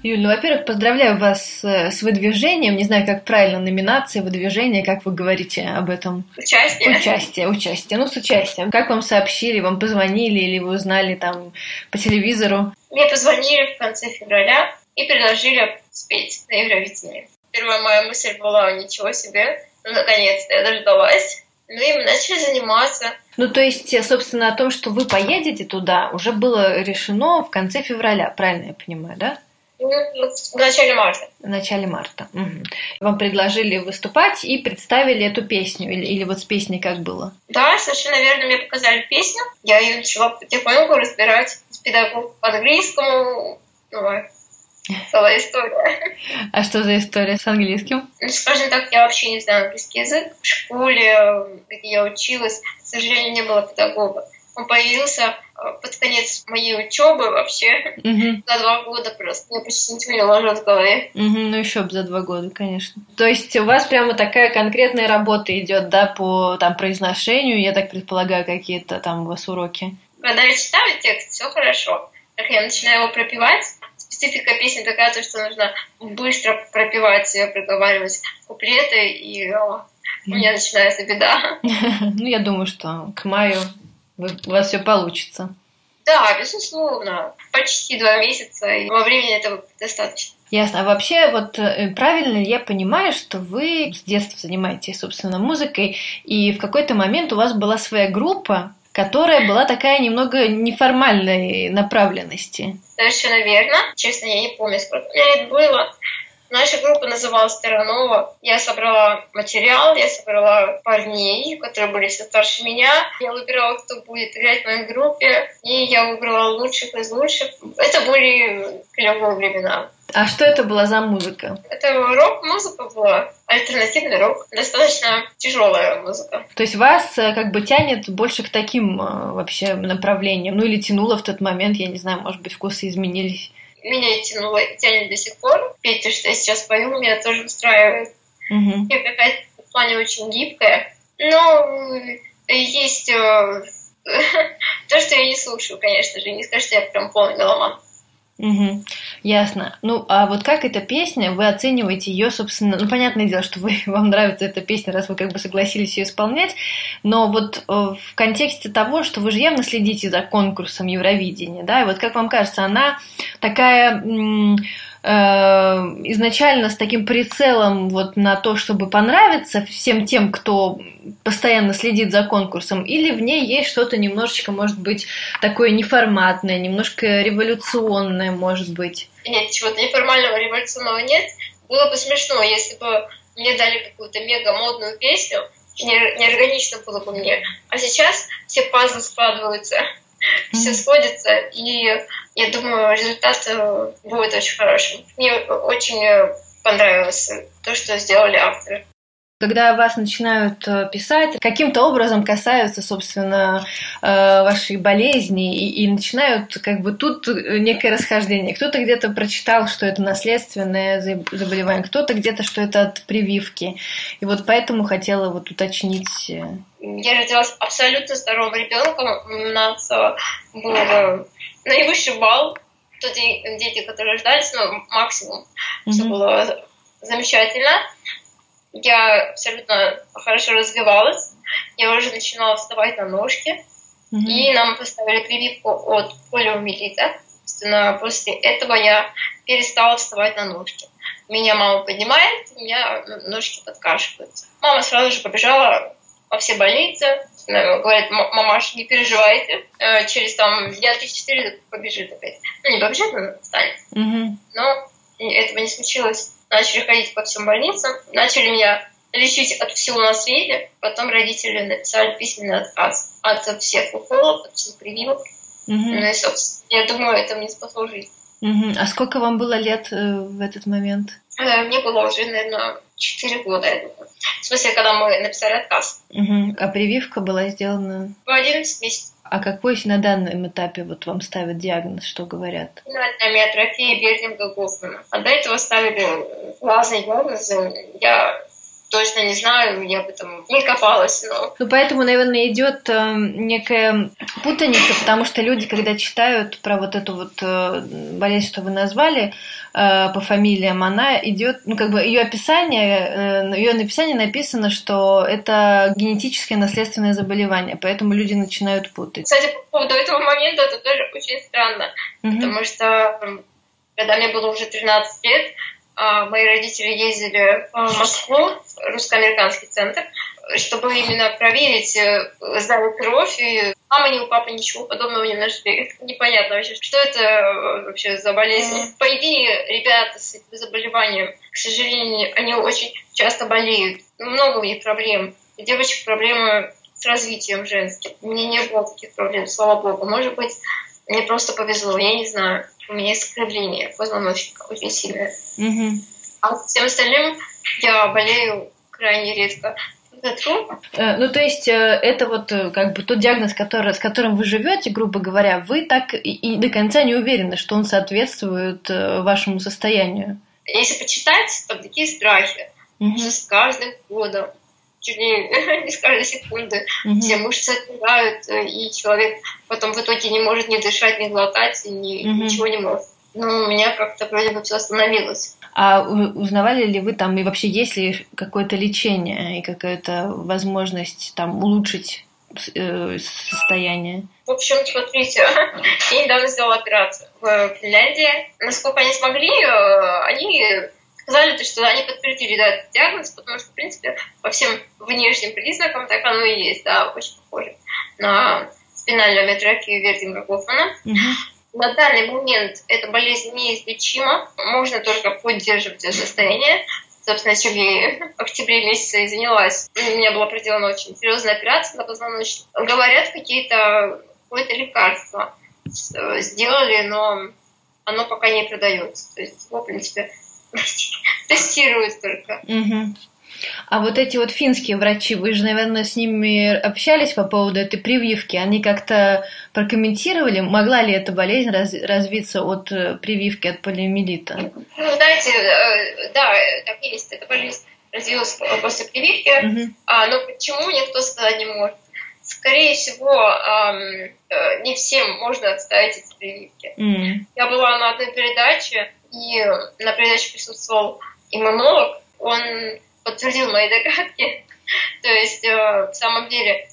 Юль, ну, во-первых, поздравляю вас с выдвижением. Не знаю, как правильно, номинация, выдвижение, как вы говорите об этом? Участие. Ну, с участием. Как вам сообщили, вам позвонили или вы узнали там по телевизору? Мне позвонили в конце февраля и предложили спеть на Евровидении. Первая моя мысль была: ничего себе, ну, наконец-то я дождалась. Ну и мы начали заниматься. Ну, то есть, собственно, о том, что вы поедете туда, уже было решено в конце февраля, правильно я понимаю, да? В начале марта. В начале марта. Угу. Вам предложили выступать и представили эту песню? Или вот с песней как было? Да, совершенно верно. Мне показали песню. Я ее начала потихоньку разбирать с педагогом по английскому. Целая история. А что за история с английским? Ну, скажем так, я вообще не знаю английский язык. В школе, где я училась, к сожалению, не было педагога. Он появился под конец моей учебы вообще. За 2 года просто. Мне почти ничего не ложилось в голове. Ну, еще бы за 2 года, конечно. То есть у вас прямо такая конкретная работа идет, да, по там произношению, я так предполагаю, какие-то там у вас уроки? Когда я читаю текст, все хорошо. Как я начинаю его пропевать, специфика песни такая, что нужно быстро пропевать, проговаривать куплеты, и у меня начинается беда. Ну, я думаю, что к маю у вас все получится. Да, безусловно. Почти 2 месяца, и во времени этого достаточно. Ясно. А вообще, вот правильно ли я понимаю, что вы с детства занимаетесь, собственно, музыкой, и в какой-то момент у вас была своя группа, которая была такая немного неформальной направленности? Совершенно верно. Честно, я не помню, сколько мне лет было. Наша группа называлась «Таранова». Я собрала материал, я собрала парней, которые были все старше меня. Я выбирала, кто будет играть в моей группе, и я выбрала лучших из лучших. Это были клевые времена. А что это была за музыка? Это рок-музыка была, альтернативный рок, достаточно тяжелая музыка. То есть вас как бы тянет больше к таким вообще направлениям? Ну или тянуло в тот момент, я не знаю, может быть, вкусы изменились? Меня тянуло и тянет до сих пор. Петь то, что я сейчас пою, меня тоже устраивает. Я какая-то в плане очень гибкая. Но есть то, что я не слушаю, конечно же. Не скажу, что я прям полный меломан. Ясно. Ну, а вот как эта песня, вы оцениваете ее, собственно, ну, понятное дело, что вам нравится эта песня, раз вы как бы согласились ее исполнять, но вот в контексте того, что вы же явно следите за конкурсом Евровидения, да, и вот как вам кажется, она такая изначально с таким прицелом вот на то, чтобы понравиться всем тем, кто постоянно следит за конкурсом, или в ней есть что-то немножечко, может быть, такое неформатное, немножко революционное, может быть? Нет, чего-то неформального, революционного нет. Было бы смешно, если бы мне дали какую-то мега-модную песню, неорганично было бы мне. А сейчас все пазлы складываются, все сходится, и я думаю, результат будет очень хорошим. Мне очень понравилось то, что сделали авторы. Когда вас начинают писать, каким-то образом касаются, собственно, вашей болезни и начинают как бы тут некое расхождение. Кто-то где-то прочитал, что это наследственное заболевание, кто-то где-то, что это от прививки. И вот поэтому хотела вот уточнить. Я родилась абсолютно здоровым ребенком. У нас был наивысший балл. Дети, которые ждались, максимум. Все было замечательно. Я абсолютно хорошо развивалась. Я уже начинала вставать на ножки. И нам поставили прививку от полиомиелита. Собственно, после этого я перестала вставать на ножки. Меня мама поднимает, у меня ножки подкашиваются. Мама сразу же побежала во все больницы. Говорит: мамаша, не переживайте. Через дня 3-4 побежит опять. Ну, не побежит, но встанет. Но этого не случилось. Начали ходить по всем больницам, начали меня лечить от всего на свете. Потом родители написали письменный отказ от всех уколов, от всех прививок. Ну и, собственно, я думаю, это мне спасло жизнь. А сколько вам было лет в этот момент? Мне было уже, наверное, 4 года, я думаю. В смысле, когда мы написали отказ. А прививка была сделана? В 11 месяцев. А какой на данном этапе вот вам ставят диагноз, что говорят? Амиотрофия Бердинга-Гофмана. А до этого ставили разные диагнозы. Я точно не знаю, я об этом не копалась, но... Ну, поэтому, наверное, идет некая путаница, потому что люди, когда читают про вот эту вот болезнь, что вы назвали, по фамилиям, она идет, ну, как бы ее написание написано, что это генетическое наследственное заболевание, поэтому люди начинают путать. Кстати, по поводу этого момента это тоже очень странно, потому что, когда мне было уже 13 лет, мои родители ездили в Москву, в русско-американский центр, чтобы именно проверить, сдали кровь, и мама ни у папы ничего подобного не нашли. Непонятно вообще, что это вообще за болезнь. По идее, ребята с этим заболеванием, к сожалению, они очень часто болеют. Много у них проблем. У девочек проблемы с развитием женским. У меня не было таких проблем, слава богу. Может быть, мне просто повезло, я не знаю. У меня есть скривление позвоночника очень сильное. А всем остальным я болею крайне редко. Ну, то есть, это вот как бы тот диагноз, с которым вы живете, грубо говоря, вы так и до конца не уверены, что он соответствует вашему состоянию. Если почитать, там такие страхи, что с каждым годом, чуть ли не с каждой секунды, все мышцы отмирают, и человек потом в итоге не может ни дышать, ни глотать, и ничего не может. Но у меня как-то вроде бы все остановилось. А узнавали ли вы там, и вообще есть ли какое-то лечение и какая-то возможность там улучшить состояние? В общем, смотрите, я недавно сделала операцию в Финляндии. Насколько они смогли, они сказали, что они подтвердили этот диагноз, потому что, в принципе, по всем внешним признакам так оно и есть, да, очень похоже на спинальную амиотрофию Вердинга Гофмана. На данный момент эта болезнь неизлечима, можно только поддерживать это состояние. Собственно, чем я в октябре месяце и занялась. У меня была проделана очень серьезная операция на позвоночник. Говорят, какое-то лекарство сделали, но оно пока не продается. То есть его, в принципе, тестируют только. А вот эти вот финские врачи, вы же, наверное, с ними общались по поводу этой прививки. Они как-то прокомментировали, могла ли эта болезнь развиться от прививки от полиомиелита? Ну, знаете, да, так и есть. Эта болезнь развилась после прививки, но почему, никто сказать не может. Скорее всего, не всем можно отставить эти прививки. Я была на одной передаче, и на передаче присутствовал иммунолог. Он подтвердил мои догадки. То есть, в самом деле,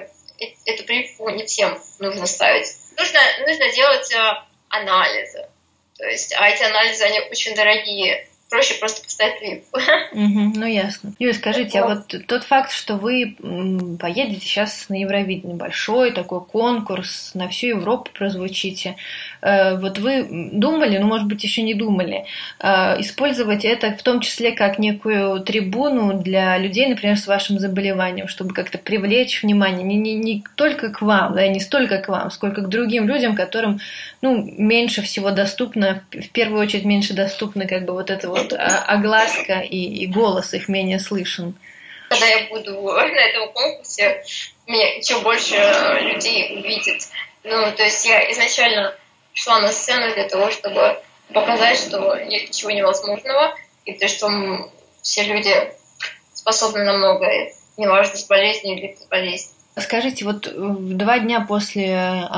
эту прививку не всем нужно ставить. Нужно делать анализы. То есть, а эти анализы, они очень дорогие. Проще просто поставить прививку. Ну, ясно. Юля, скажите, а вот тот факт, что вы поедете сейчас на Евровидение, большой такой конкурс, на всю Европу прозвучите, вот вы думали, ну, может быть, еще не думали, использовать это в том числе как некую трибуну для людей, например, с вашим заболеванием, чтобы как-то привлечь внимание не только к вам, да, не столько к вам, сколько к другим людям, которым, ну, меньше всего доступно, в первую очередь меньше доступно как бы вот это вот огласка и голос их менее слышен. Когда я буду на этом конкурсе, меня еще больше людей увидит. Ну, то есть я изначально шла на сцену для того, чтобы показать, что нет ничего невозможного, и то, что все люди способны на многое, неважно, с болезнью или без болезни. Скажите, вот 2 дня после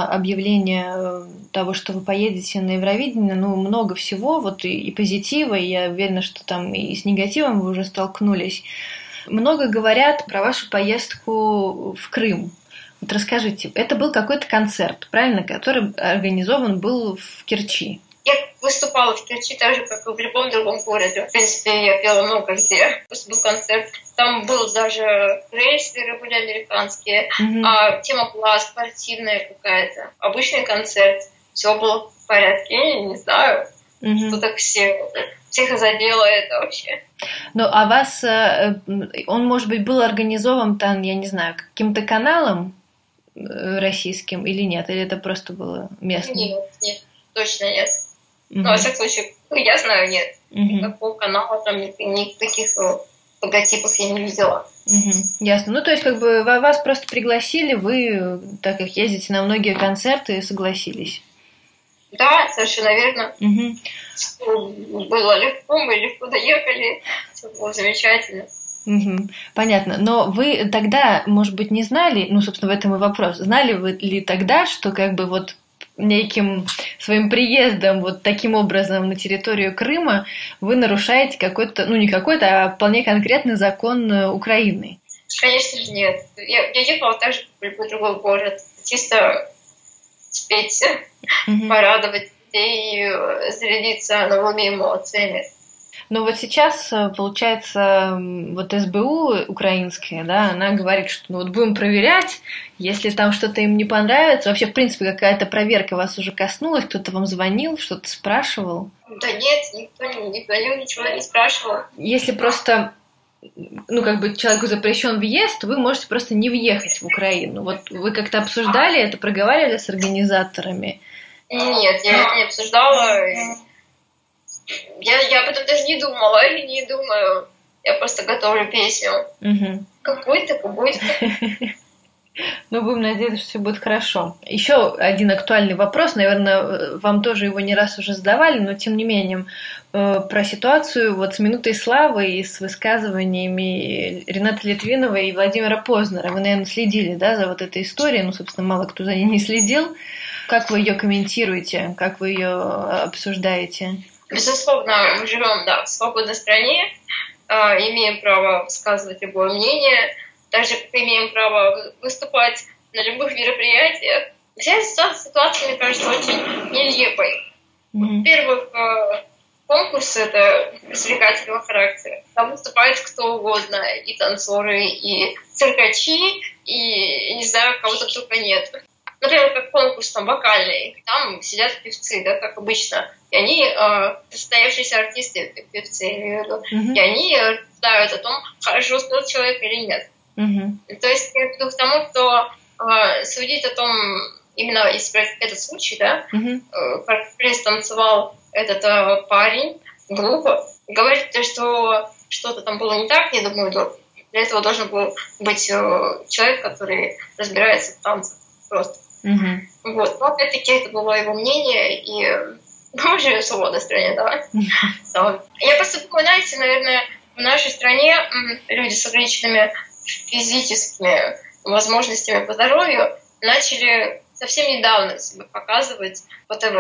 объявления того, что вы поедете на Евровидение, ну, много всего, вот и позитива, и я уверена, что там и с негативом вы уже столкнулись. Много говорят про вашу поездку в Крым. Вот расскажите, это был какой-то концерт, правильно, который организован был в Керчи? Я выступала в Керчи так же, как и в любом другом городе. В принципе, я пела много где. Просто был концерт. Там был даже рейслеры были американские. А тема была спортивная какая-то. Обычный концерт. Все было в порядке. Я не знаю, что так всех задело это вообще. Ну, а вас, он, может быть, был организован там, я не знаю, каким-то каналом российским или нет? Или это просто было местным? Нет, точно нет. Ну, во всяком случае, я знаю, нет. Никакого канала, там никаких логотипов я не видела. Ясно. Ну, то есть, как бы вас просто пригласили, вы, так как ездите на многие концерты, согласились. Да, совершенно верно. Было легко, мы легко доехали, все было замечательно. Мгм. Понятно. Но вы тогда, может быть, не знали, ну, собственно, в этом и вопрос, знали вы ли тогда, что как бы вот неким своим приездом вот таким образом на территорию Крыма вы нарушаете какой-то, ну, не какой-то, а вполне конкретный закон Украины? Конечно же, нет. Я ехала так же, как в любой другой город. Чисто спеть, порадовать людей и зарядиться новыми эмоциями. Но вот сейчас, получается, вот СБУ украинская, да, она говорит, что ну, вот будем проверять, если там что-то им не понравится. Вообще, в принципе, какая-то проверка вас уже коснулась, кто-то вам звонил, что-то спрашивал? Да нет, никто ничего не спрашивал. Если просто, ну, как бы человеку запрещен въезд, то вы можете просто не въехать в Украину. Вот вы как-то обсуждали это, проговаривали с организаторами? Нет, я это не обсуждала. Я об этом даже не думала и не думаю. Я просто готовлю песню. Угу. Какой-то. Ну, будем надеяться, что все будет хорошо. Еще один актуальный вопрос, наверное, вам тоже его не раз уже задавали, но тем не менее, про ситуацию вот с «Минутой славы» и с высказываниями Ренаты Литвиновой и Владимира Познера. Вы, наверное, следили, да, за вот этой историей, ну, собственно, мало кто за ней не следил. Как вы ее комментируете, как вы ее обсуждаете? Безусловно, мы живем, в свободной стране, имеем право высказывать любое мнение, также имеем право выступать на любых мероприятиях. Вся ситуация, мне кажется, очень нелепой. Во-первых, конкурс — это развлекательного характера. Там выступает кто угодно, и танцоры, и циркачи, и, не знаю, кого-то только нет. Например, как конкурс там вокальный, там сидят певцы, да, как обычно, и они состоявшиеся артисты, певцы, я имею в виду, и они знают о том, хорошо спел человек или нет. То есть я веду к тому, что судить о том, именно если брать этот случай, да, как танцевал этот парень, глупо, говорить, что что-то там было не так, я думаю, для этого должен был быть человек, который разбирается в танцах просто. Вот. Но опять-таки это было его мнение, и мы живем в свободной стране, да. Я просто думаю, знаете, наверное, в нашей стране люди с ограниченными физическими возможностями по здоровью начали совсем недавно себя показывать по ТВ.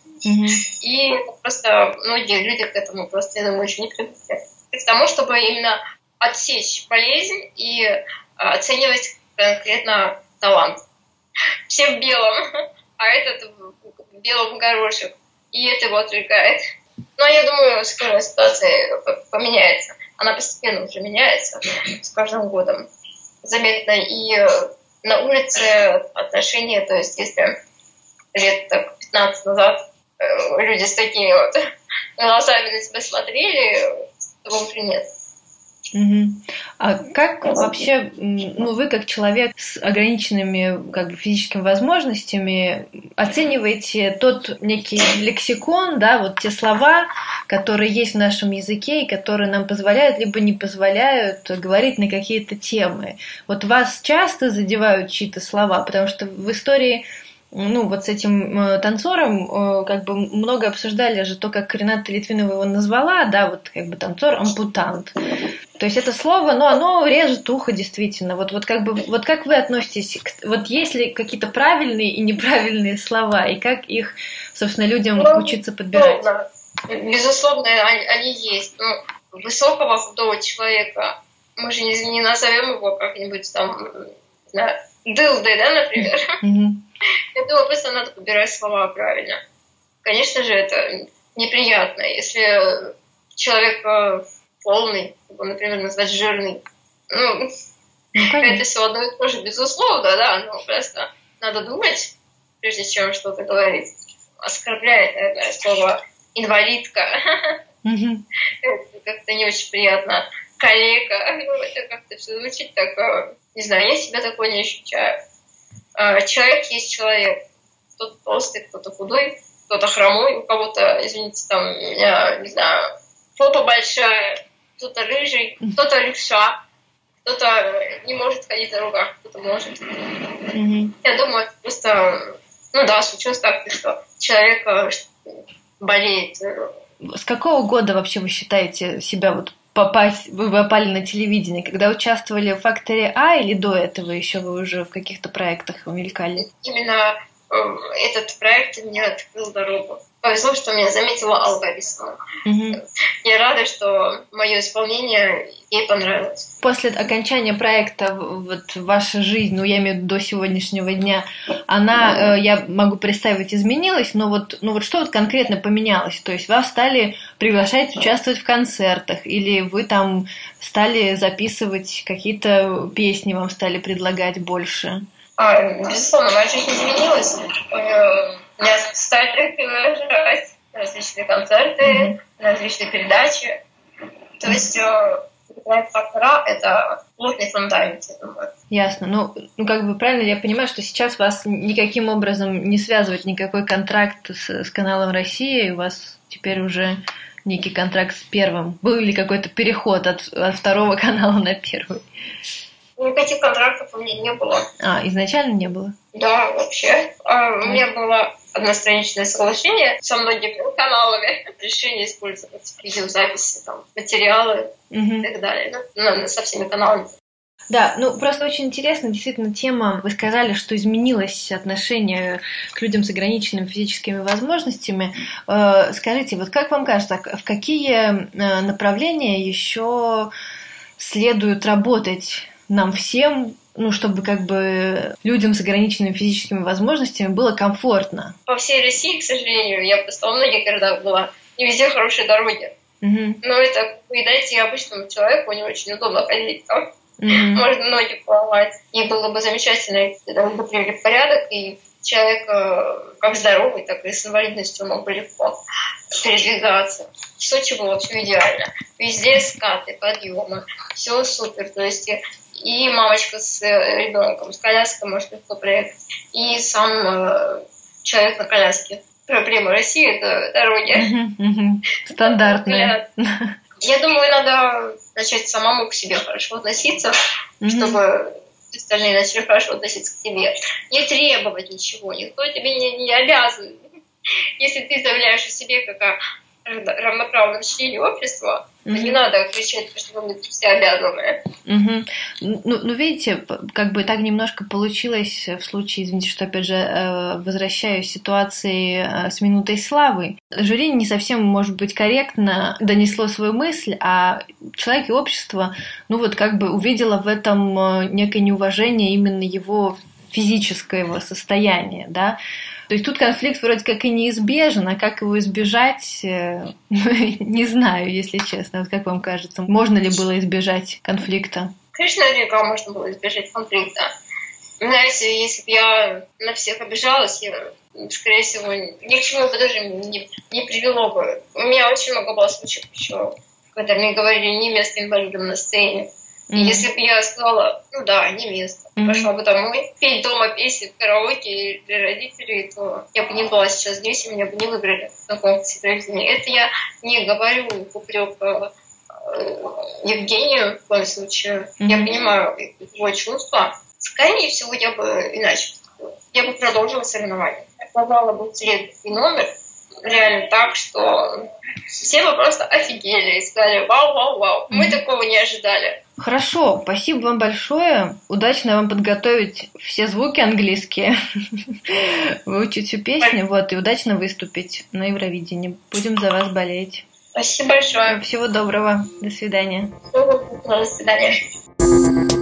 И просто многие люди к этому просто, я думаю, еще не привыкли. К тому, чтобы именно отсечь болезнь и оценивать конкретно талант. Все в белом, а этот в белом горошек. И это его отвлекает. Но я думаю, скоро ситуация поменяется. Она постепенно уже меняется с каждым годом. Заметно и на улице отношения, то есть если лет так 15 назад люди с такими вот глазами на себя смотрели, то уже нет. А как вообще, ну, вы как человек с ограниченными как бы физическими возможностями оцениваете тот некий лексикон, да, вот те слова, которые есть в нашем языке и которые нам позволяют либо не позволяют говорить на какие-то темы? Вот вас часто задевают чьи-то слова, потому что в истории, ну, вот с этим танцором как бы много обсуждали же то, как Рената Литвинова его назвала, да, вот как бы танцор-ампутант. То есть это слово, но оно режет ухо действительно. Вот как бы, вот как вы относитесь, вот есть ли какие-то правильные и неправильные слова, и как их, собственно, людям учиться подбирать? Безусловно, они есть. Ну, высокого худого человека, мы же не назовем его как-нибудь там, не знаю, дылдой, да, например. Я думаю, просто надо подбирать слова правильно. Конечно же, это неприятно, если человек полный, его, например, назвать жирный. Ну, это все одно и то же, безусловно, да, но просто надо думать, прежде чем что-то говорить. Оскорбляет, наверное, слово инвалидка. Это как-то не очень приятно. Калека. Это как-то все звучит так, не знаю, я себя такое не ощущаю. Человек есть человек. Кто-то толстый, кто-то худой, кто-то хромой, у кого-то, извините, там, у меня, не знаю, попа большая, кто-то рыжий, кто-то левша, кто-то не может ходить на руках, кто-то может. Я думаю, это просто, ну да, случилось так, что человек болеет. С какого года вообще вы считаете себя вот попасть, вы попали на телевидение? Когда участвовали в «Факторе А» или до этого еще вы уже в каких-то проектах мелькали? Именно этот проект мне открыл дорогу. Повезло, что меня заметила Алла Борисовна. Я рада, что мое исполнение ей понравилось. После окончания проекта вот ваша жизнь, я имею в виду до сегодняшнего дня, она, я могу представить, изменилась, но вот что вот конкретно поменялось? То есть вас стали приглашать участвовать в концертах, или вы там стали записывать какие-то песни, вам стали предлагать больше? Безусловно, моя жизнь изменилась. Меня стали приглашать на различные концерты, на различные передачи. То есть проект «Фактора» — это плотный фундамент, я думаю. Ясно. Как бы правильно я понимаю, что сейчас вас никаким образом не связывает никакой контракт с каналом «Россия», и у вас теперь уже некий контракт с первым. Был ли какой-то переход от второго канала на первый? Никаких контрактов у меня не было. Изначально не было? Да, вообще. У меня было одностраничное соглашение со многими каналами. Решение использовать видеозаписи, материалы и так далее. Со всеми каналами. Да, просто очень интересно, действительно, тема. Вы сказали, что изменилось отношение к людям с ограниченными физическими возможностями. Скажите, вот как вам кажется, в какие направления еще следует работать нам всем, чтобы как бы людям с ограниченными физическими возможностями было комфортно? По всей России, к сожалению, я просто во многих городах была, не везде хорошие дороги. Но это, видите, обычному человеку не очень удобно ходить там. Можно ноги поломать. И было бы замечательно, если там бы привели в порядок, и человек как здоровый, так и с инвалидностью мог бы легко передвигаться. В Сочи было все идеально. Везде скаты, подъемы, все супер. То есть и мамочка с ребенком, с коляской может легко проехать, и сам человек на коляске. Проблема России — это дороги. Стандартные. Я думаю, надо начать самому к себе хорошо относиться, чтобы остальные начали хорошо относиться к тебе. Не требовать ничего, никто тебе не обязан. Если ты заявляешь о себе как о равноправном члене общества, то не надо кричать, что мы все обязаны. Видите, как бы так немножко получилось в случае, извините, что опять же возвращаюсь к ситуации с «Минутой славы». Жюри не совсем, может быть, корректно донесло свою мысль, а человек и общество, как бы увидело в этом некое неуважение именно его физического состояния, да. То есть тут конфликт вроде как и неизбежен, а как его избежать, не знаю, если честно. Вот как вам кажется, можно ли было избежать конфликта? Конечно, наверняка можно было избежать конфликта. Знаете, если бы я на всех обижалась, скорее всего, ни к чему бы даже не привело бы. У меня очень много было случаев еще, когда мне говорили не место инвалидам на сцене. И если бы я сказала, не место, пошла бы домой, петь дома песни в караоке для родителей, то я бы не была сейчас здесь, и меня бы не выбрали на конкурсе телевидения. Это я не говорю в упрек Евгению в коем случае. Я понимаю его чувства. Скорее всего, я бы иначе поступила. Я бы продолжила соревнования. Я сказала бы следующий номер реально так, что все бы просто офигели и сказали: вау, мы такого не ожидали. Хорошо, спасибо вам большое. Удачно вам подготовить все звуки английские, выучить всю песню, и удачно выступить на Евровидении. Будем за вас болеть. Спасибо большое. Всего доброго. До свидания. До свидания.